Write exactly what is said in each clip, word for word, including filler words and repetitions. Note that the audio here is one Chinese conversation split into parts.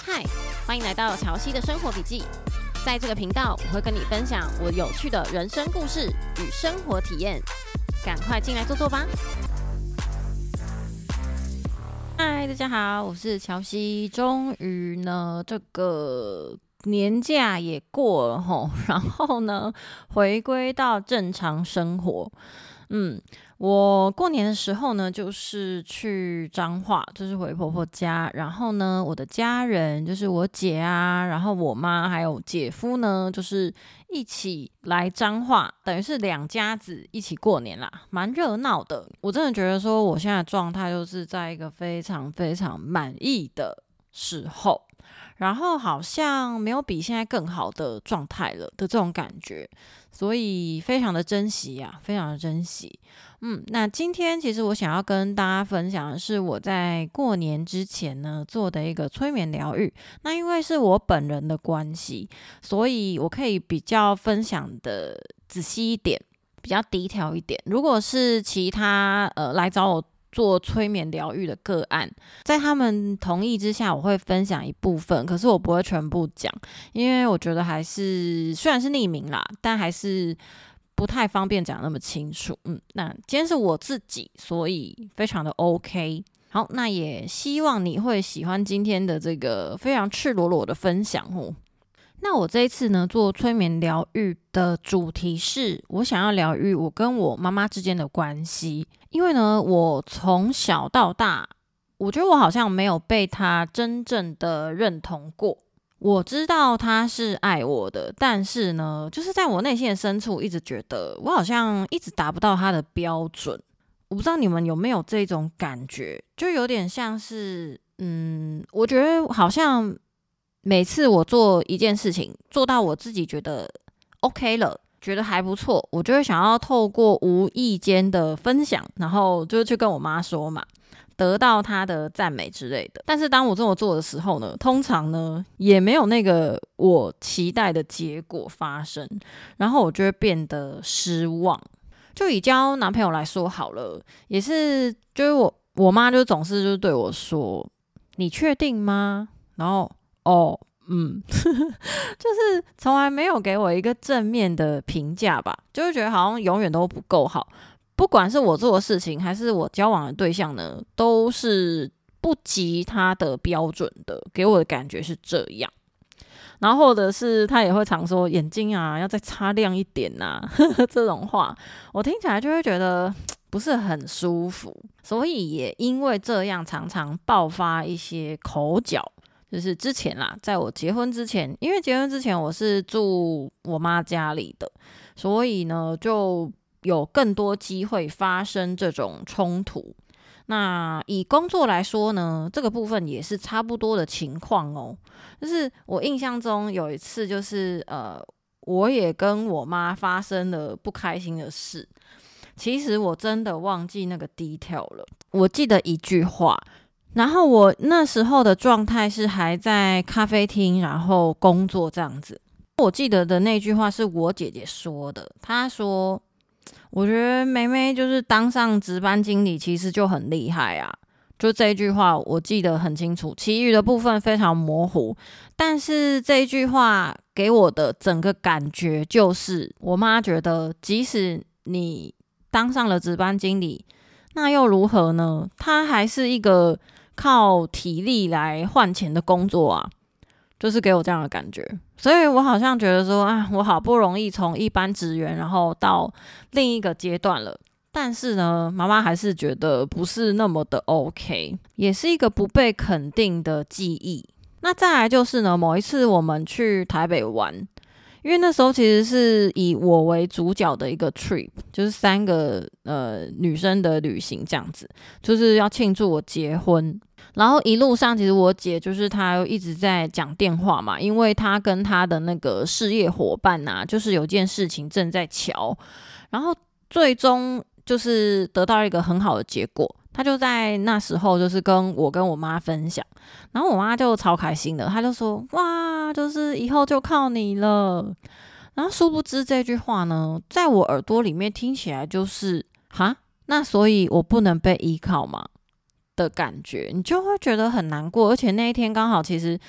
嗨，欢迎来到乔西的生活笔记。在这个频道，我会跟你分享我有趣的人生故事与生活体验。赶快进来坐坐吧。嗨，大家好，我是乔西。终于呢，这个年假也过了吼，然后呢，回归到正常生活。嗯，我过年的时候呢，就是去彰化，就是回婆婆家。然后呢，我的家人就是我姐啊，然后我妈还有姐夫呢，就是一起来彰化，等于是两家子一起过年啦，蛮热闹的。我真的觉得说，我现在的状态就是在一个非常非常满意的时候。然后好像没有比现在更好的状态了的这种感觉，所以非常的珍惜啊，非常的珍惜。嗯，那今天其实我想要跟大家分享的是我在过年之前呢做的一个催眠疗愈。那因为是我本人的关系，所以我可以比较分享的仔细一点，比较低调一点。如果是其他呃来找我做催眠疗愈的个案，在他们同意之下，我会分享一部分，可是我不会全部讲，因为我觉得还是虽然是匿名啦，但还是不太方便讲那么清楚。嗯，那今天是我自己，所以非常的 OK。好，那也希望你会喜欢今天的这个非常赤裸裸的分享哦。那我这一次呢，做催眠疗愈的主题是我想要疗愈我跟我妈妈之间的关系。因为呢，我从小到大，我觉得我好像没有被她真正的认同过。我知道她是爱我的，但是呢，就是在我内心的深处一直觉得我好像一直达不到她的标准。我不知道你们有没有这种感觉，就有点像是，嗯，我觉得好像每次我做一件事情，做到我自己觉得 OK 了，觉得还不错，我就会想要透过无意间的分享，然后就去跟我妈说嘛，得到她的赞美之类的。但是当我这么做的时候呢，通常呢也没有那个我期待的结果发生，然后我就会变得失望。就以交男朋友来说好了，也是就是我我妈就总是就对我说：“你确定吗？”然后哦，嗯，就是从来没有给我一个正面的评价吧，就会觉得好像永远都不够好。不管是我做的事情，还是我交往的对象呢，都是不及他的标准的，给我的感觉是这样。然后或者是他也会常说眼睛啊要再擦亮一点啊呵呵这种话，我听起来就会觉得不是很舒服，所以也因为这样常常爆发一些口角。就是之前啦，在我结婚之前，因为结婚之前我是住我妈家里的，所以呢就有更多机会发生这种冲突。那以工作来说呢，这个部分也是差不多的情况哦。就是我印象中有一次，就是呃，我也跟我妈发生了不开心的事。其实我真的忘记那个 detail 了，我记得一句话。然后我那时候的状态是还在咖啡厅，然后工作这样子。我记得的那句话是我姐姐说的，她说：“我觉得妹妹就是当上值班经理，其实就很厉害啊。”就这一句话我记得很清楚，其余的部分非常模糊。但是这一句话给我的整个感觉就是，我妈觉得即使你当上了值班经理，那又如何呢？她还是一个靠体力来换钱的工作啊，就是给我这样的感觉。所以我好像觉得说啊，我好不容易从一般职员然后到另一个阶段了，但是呢妈妈还是觉得不是那么的 OK， 也是一个不被肯定的记忆。那再来就是呢，某一次我们去台北玩，因为那时候其实是以我为主角的一个 trip， 就是三个呃女生的旅行这样子，就是要庆祝我结婚。然后一路上其实我姐就是她一直在讲电话嘛，因为她跟她的那个事业伙伴啊，就是有件事情正在瞧，然后最终就是得到一个很好的结果。她就在那时候就是跟我跟我妈分享，然后我妈就超开心的，她就说哇，就是以后就靠你了。然后殊不知这句话呢，在我耳朵里面听起来就是哈，那所以我不能被依靠吗的感觉，你就会觉得很难过。而且那一天刚好其实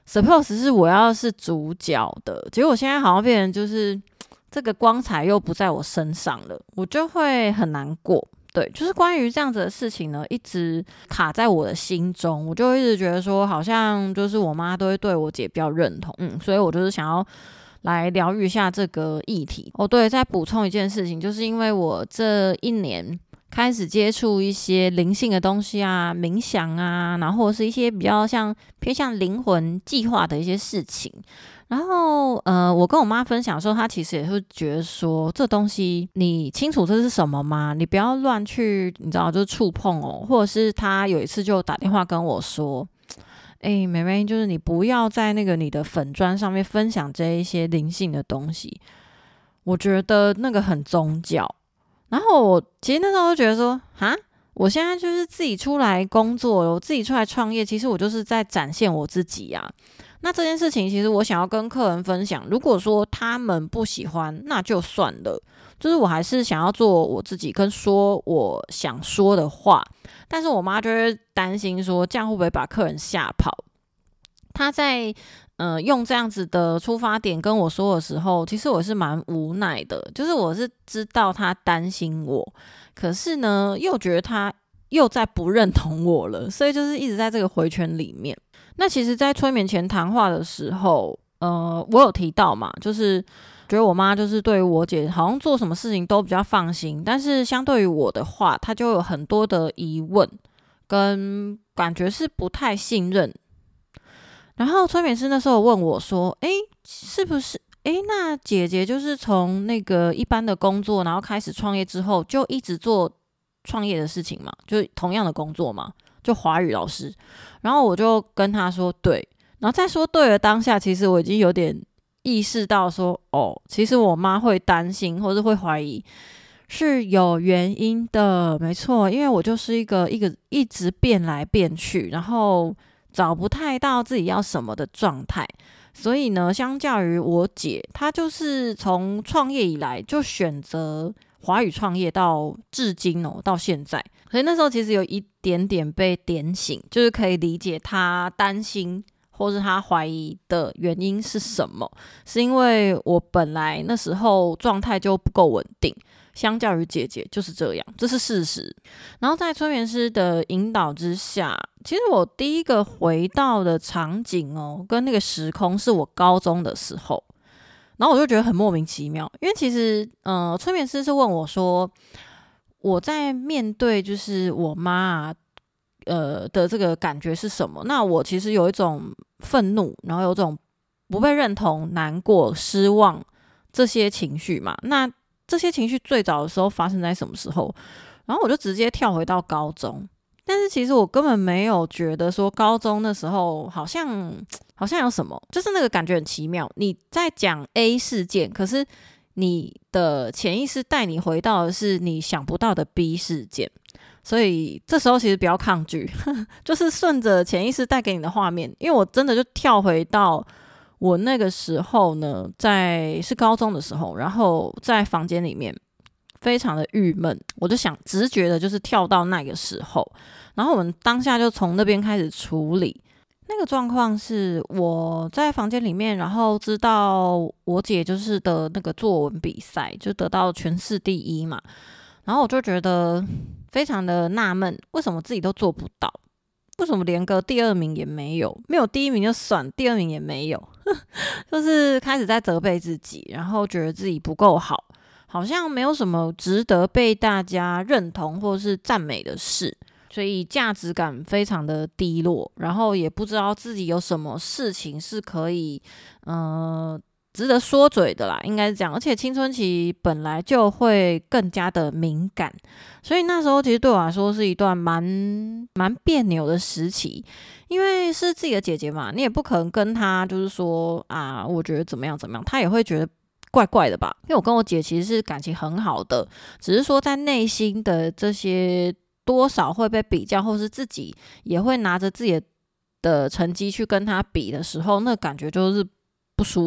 suppose 是我要是主角的，结果现在好像变成就是这个光彩又不在我身上了，我就会很难过。对，就是关于这样子的事情呢，一直卡在我的心中，我就一直觉得说，好像就是我妈都会对我姐比较认同，嗯，所以我就是想要来疗愈一下这个议题。哦，对，再补充一件事情，就是因为我这一年开始接触一些灵性的东西啊，冥想啊，然后或者是一些比较像偏向灵魂计划的一些事情。然后，呃，我跟我妈分享的时候，她其实也会觉得说，这东西你清楚这是什么吗？你不要乱去，你知道，就是触碰哦。或者是她有一次就打电话跟我说，哎，妹妹，就是你不要在那个你的粉专上面分享这一些灵性的东西，我觉得那个很宗教。然后我其实那时候就觉得说，哈，我现在就是自己出来工作了，我自己出来创业，其实我就是在展现我自己啊。那这件事情其实我想要跟客人分享，如果说他们不喜欢，那就算了。就是我还是想要做我自己，跟说我想说的话。但是我妈就会担心说，这样会不会把客人吓跑？她在呃用这样子的出发点跟我说的时候，其实我是蛮无奈的。就是我是知道她担心我，可是呢又觉得她又在不认同我了，所以就是一直在这个回圈里面。那其实在催眠前谈话的时候，呃，我有提到嘛，就是觉得我妈就是对于我姐好像做什么事情都比较放心，但是相对于我的话，她就有很多的疑问，跟感觉是不太信任。然后催眠师那时候问我说，诶，是不是诶，那姐姐就是从那个一般的工作，然后开始创业之后，就一直做创业的事情嘛，就同样的工作嘛，就华语老师。然后我就跟他说对，然后在说对的当下，其实我已经有点意识到说，哦，其实我妈会担心或是会怀疑是有原因的，没错，因为我就是一个一个一直变来变去，然后找不太到自己要什么的状态。所以呢，相较于我姐，她就是从创业以来就选择华语创业到至今哦，到现在，所以那时候其实有一点点被点醒，就是可以理解他担心或是他怀疑的原因是什么，是因为我本来那时候状态就不够稳定，相较于姐姐就是这样，这是事实。然后在催眠师的引导之下，其实我第一个回到的场景哦，跟那个时空是我高中的时候。然后我就觉得很莫名其妙，因为其实，呃，催眠师是问我说，我在面对就是我妈啊，呃的这个感觉是什么？那我其实有一种愤怒，然后有一种不被认同、难过、失望这些情绪嘛。那这些情绪最早的时候发生在什么时候？然后我就直接跳回到高中。但是其实我根本没有觉得说高中的时候好像好像有什么，就是那个感觉很奇妙。你在讲 A 事件，可是你的潜意识带你回到的是你想不到的 B 事件，所以这时候其实不要抗拒，就是顺着潜意识带给你的画面。因为我真的就跳回到我那个时候呢，在是高中的时候，然后在房间里面。非常的郁闷，我就想直觉的就是跳到那个时候，然后我们当下就从那边开始处理。那个状况是我在房间里面，然后知道我姐就是的那个作文比赛就得到全市第一嘛，然后我就觉得非常的纳闷，为什么自己都做不到，为什么连个第二名也没有，没有第一名就算，第二名也没有就是开始在责备自己，然后觉得自己不够好，好像没有什么值得被大家认同或是赞美的事，所以价值感非常的低落，然后也不知道自己有什么事情是可以呃值得说嘴的啦，应该是这样。而且青春期本来就会更加的敏感，所以那时候其实对我来说是一段蛮蛮别扭的时期，因为是自己的姐姐嘛，你也不可能跟她就是说啊，我觉得怎么样怎么样，她也会觉得怪怪的吧。因为我跟我姐其实是感情很好的，只是说在内心的这些多少会被比较，或是自己也会拿着自己的成绩去跟她比的时候，那感觉就是不舒服。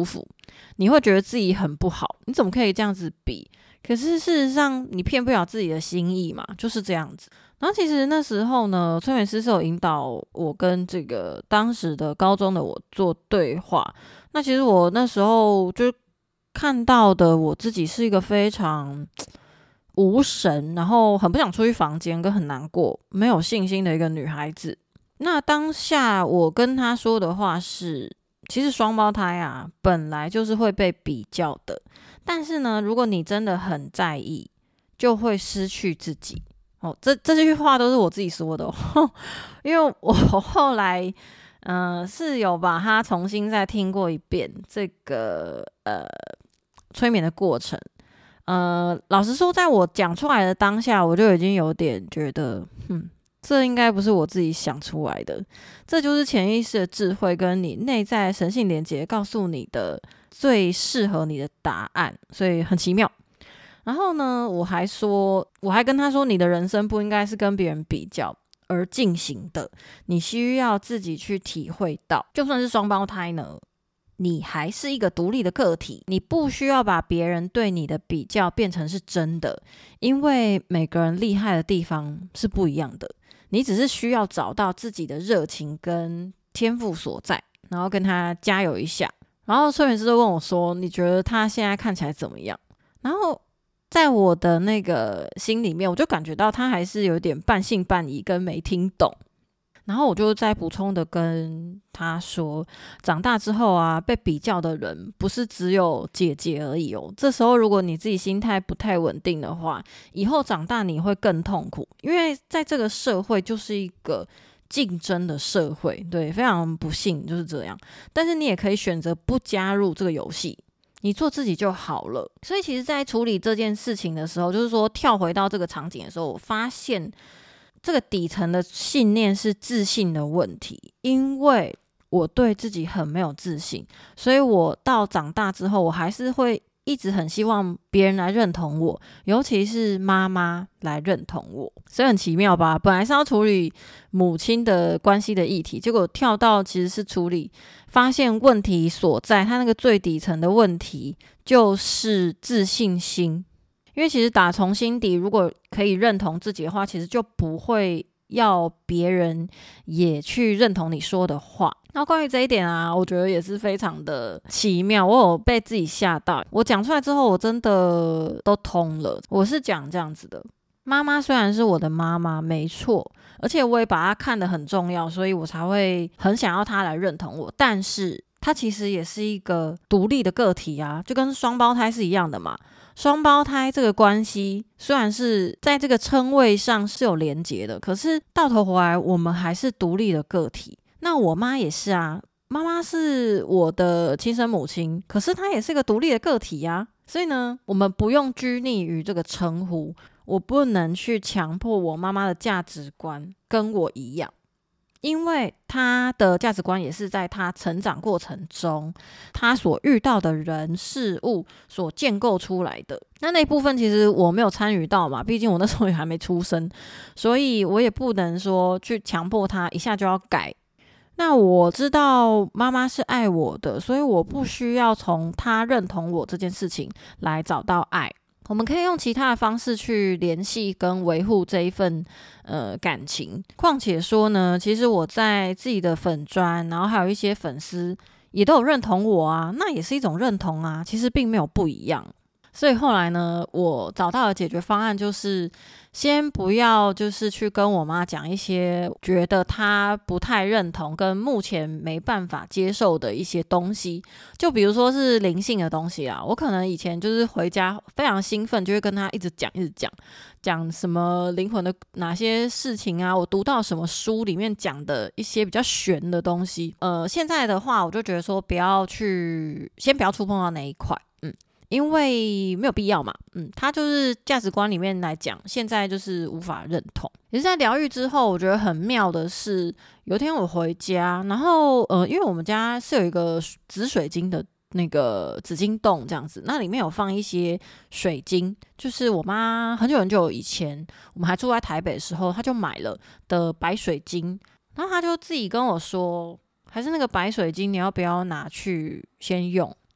你会觉得自己很不好，你怎么可以这样子比？可是事实上你骗不了自己的心意嘛，就是这样子。然后其实那时候呢，催眠师是有引导我跟这个当时的高中的我做对话。那其实我那时候就看到的我自己是一个非常无神，然后很不想出去房间，跟很难过、没有信心的一个女孩子。那当下我跟她说的话是，其实双胞胎啊，本来就是会被比较的，但是呢，如果你真的很在意，就会失去自己。哦，这这句话都是我自己说的哦，因为我后来，呃，是有把它重新再听过一遍这个呃催眠的过程。呃，老实说，在我讲出来的当下，我就已经有点觉得，嗯，这应该不是我自己想出来的，这就是潜意识的智慧跟你内在神性连结告诉你的最适合你的答案，所以很奇妙。然后呢，我还说，我还跟他说，你的人生不应该是跟别人比较而进行的，你需要自己去体会到，就算是双胞胎呢，你还是一个独立的个体，你不需要把别人对你的比较变成是真的，因为每个人厉害的地方是不一样的，你只是需要找到自己的热情跟天赋所在，然后跟他加油一下。然后催眠师就问我说，你觉得他现在看起来怎么样？然后在我的那个心里面，我就感觉到他还是有点半信半疑跟没听懂。然后我就再补充的跟他说，长大之后啊，被比较的人不是只有姐姐而已哦。这时候如果你自己心态不太稳定的话，以后长大你会更痛苦，因为在这个社会就是一个竞争的社会，对，非常不幸就是这样。但是你也可以选择不加入这个游戏，你做自己就好了。所以其实在处理这件事情的时候，就是说跳回到这个场景的时候，我发现这个底层的信念是自信的问题，因为我对自己很没有自信，所以我到长大之后，我还是会一直很希望别人来认同我，尤其是妈妈来认同我。所以很奇妙吧，本来是要处理母亲的关系的议题，结果跳到其实是处理发现问题所在，它那个最底层的问题就是自信心。因为其实打从心底，如果可以认同自己的话，其实就不会要别人也去认同你说的话。然后关于这一点啊，我觉得也是非常的奇妙，我有被自己吓到。我讲出来之后，我真的都通了。我是讲这样子的，妈妈虽然是我的妈妈，没错，而且我也把她看得很重要，所以我才会很想要她来认同我。但是她其实也是一个独立的个体啊，就跟双胞胎是一样的嘛。双胞胎这个关系虽然是在这个称谓上是有连结的，可是到头回来我们还是独立的个体。那我妈也是啊，妈妈是我的亲生母亲，可是她也是个独立的个体啊。所以呢，我们不用拘泥于这个称呼，我不能去强迫我妈妈的价值观跟我一样，因为他的价值观也是在他成长过程中他所遇到的人事物所建构出来的。那那一部分其实我没有参与到嘛，毕竟我那时候也还没出生，所以我也不能说去强迫他一下就要改。那我知道妈妈是爱我的，所以我不需要从他认同我这件事情来找到爱。我们可以用其他的方式去联系跟维护这一份呃感情。况且说呢，其实我在自己的粉专，然后还有一些粉丝也都有认同我啊，那也是一种认同啊，其实并没有不一样。所以后来呢，我找到的解决方案就是先不要就是去跟我妈讲一些觉得她不太认同跟目前没办法接受的一些东西，就比如说是灵性的东西啊，我可能以前就是回家非常兴奋，就会跟她一直讲一直讲讲什么灵魂的哪些事情啊，我读到什么书里面讲的一些比较玄的东西。呃，现在的话我就觉得说不要去先不要触碰到那一块，嗯因为没有必要嘛，嗯，他就是价值观里面来讲，现在就是无法认同。也是在疗愈之后，我觉得很妙的是，有一天我回家，然后呃，因为我们家是有一个紫水晶的那个紫晶洞这样子，那里面有放一些水晶，就是我妈很久很久以前，我们还住在台北的时候，她就买了的白水晶，然后她就自己跟我说，还是那个白水晶，你要不要拿去先用？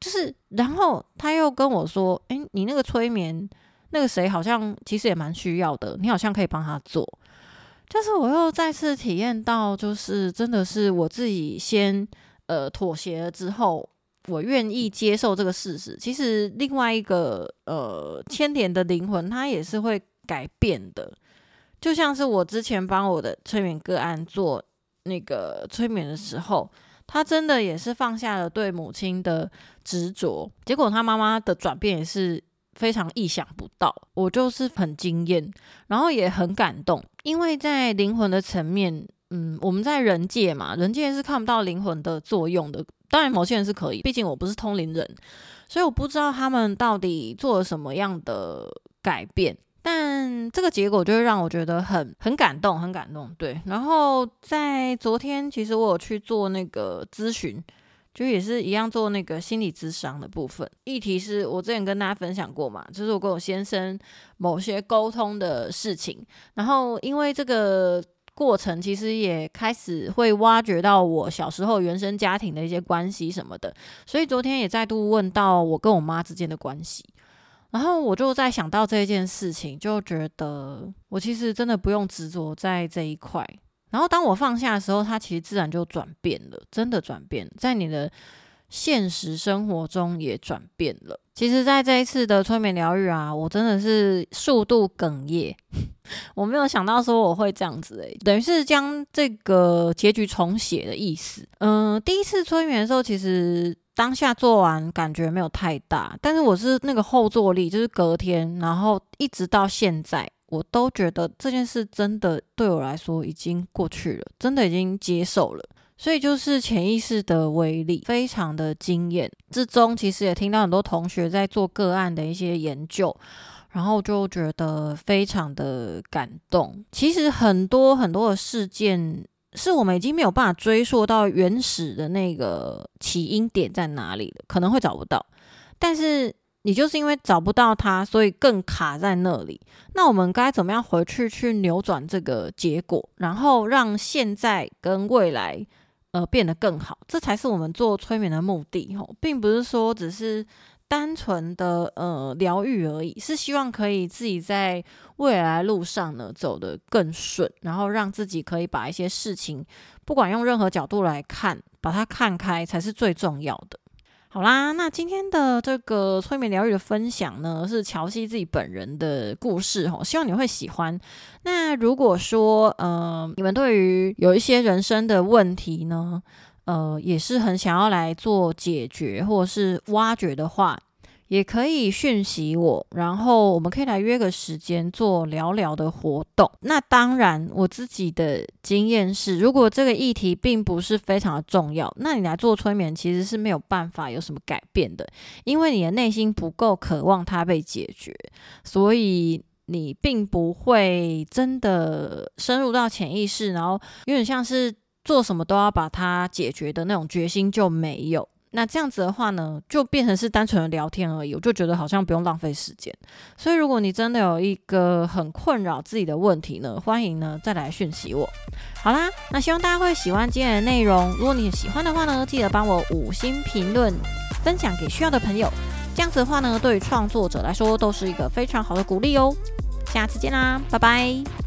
就是，然后他又跟我说，诶，你那个催眠，那个谁好像其实也蛮需要的，你好像可以帮他做。就是我又再次体验到，就是真的是我自己先呃妥协了之后，我愿意接受这个事实。其实另外一个呃牵连的灵魂，它也是会改变的。就像是我之前帮我的催眠个案做那个催眠的时候，他真的也是放下了对母亲的执着，结果他妈妈的转变也是非常意想不到，我就是很惊艳，然后也很感动，因为在灵魂的层面，嗯，我们在人界嘛，人界是看不到灵魂的作用的，当然某些人是可以，毕竟我不是通灵人，所以我不知道他们到底做了什么样的改变。但这个结果就会让我觉得很很感动，很感动，对。然后在昨天，其实我有去做那个咨询，就也是一样做那个心理咨商的部分。议题是我之前跟大家分享过嘛，就是我跟我先生某些沟通的事情，然后因为这个过程其实也开始会挖掘到我小时候原生家庭的一些关系什么的，所以昨天也再度问到我跟我妈之间的关系。然后我就在想到这件事情，就觉得我其实真的不用执着在这一块。然后当我放下的时候，它其实自然就转变了，真的转变，在你的现实生活中也转变了。其实在这一次的催眠疗愈啊，我真的是数度哽咽，我没有想到说我会这样子欸，等于是将这个结局重写的意思。嗯、呃，第一次催眠的时候，其实当下做完感觉没有太大，但是我是那个后坐力，就是隔天，然后一直到现在，我都觉得这件事真的对我来说已经过去了，真的已经接受了。所以就是潜意识的威力非常的惊艳，之中其实也听到很多同学在做个案的一些研究，然后就觉得非常的感动。其实很多很多的事件是我们已经没有办法追溯到原始的那个起因点在哪里了，可能会找不到，但是你就是因为找不到它，所以更卡在那里。那我们该怎么样回去去扭转这个结果，然后让现在跟未来呃变得更好？这才是我们做催眠的目的吼，并不是说只是单纯的呃疗愈而已，是希望可以自己在未来路上呢走得更顺，然后让自己可以把一些事情，不管用任何角度来看，把它看开才是最重要的。好啦，那今天的这个催眠疗愈的分享呢，是乔西自己本人的故事吼，希望你会喜欢。那如果说呃你们对于有一些人生的问题呢，呃也是很想要来做解决或者是挖掘的话，也可以讯息我，然后我们可以来约个时间做聊聊的活动。那当然我自己的经验是，如果这个议题并不是非常的重要，那你来做催眠其实是没有办法有什么改变的，因为你的内心不够渴望它被解决，所以你并不会真的深入到潜意识，然后有点像是做什么都要把它解决的那种决心就没有。那这样子的话呢，就变成是单纯的聊天而已，我就觉得好像不用浪费时间。所以如果你真的有一个很困扰自己的问题呢，欢迎呢再来讯息我。好啦，那希望大家会喜欢今天的内容，如果你喜欢的话呢，记得帮我五星评论，分享给需要的朋友，这样子的话呢，对于创作者来说都是一个非常好的鼓励哦。下次见啦，拜拜。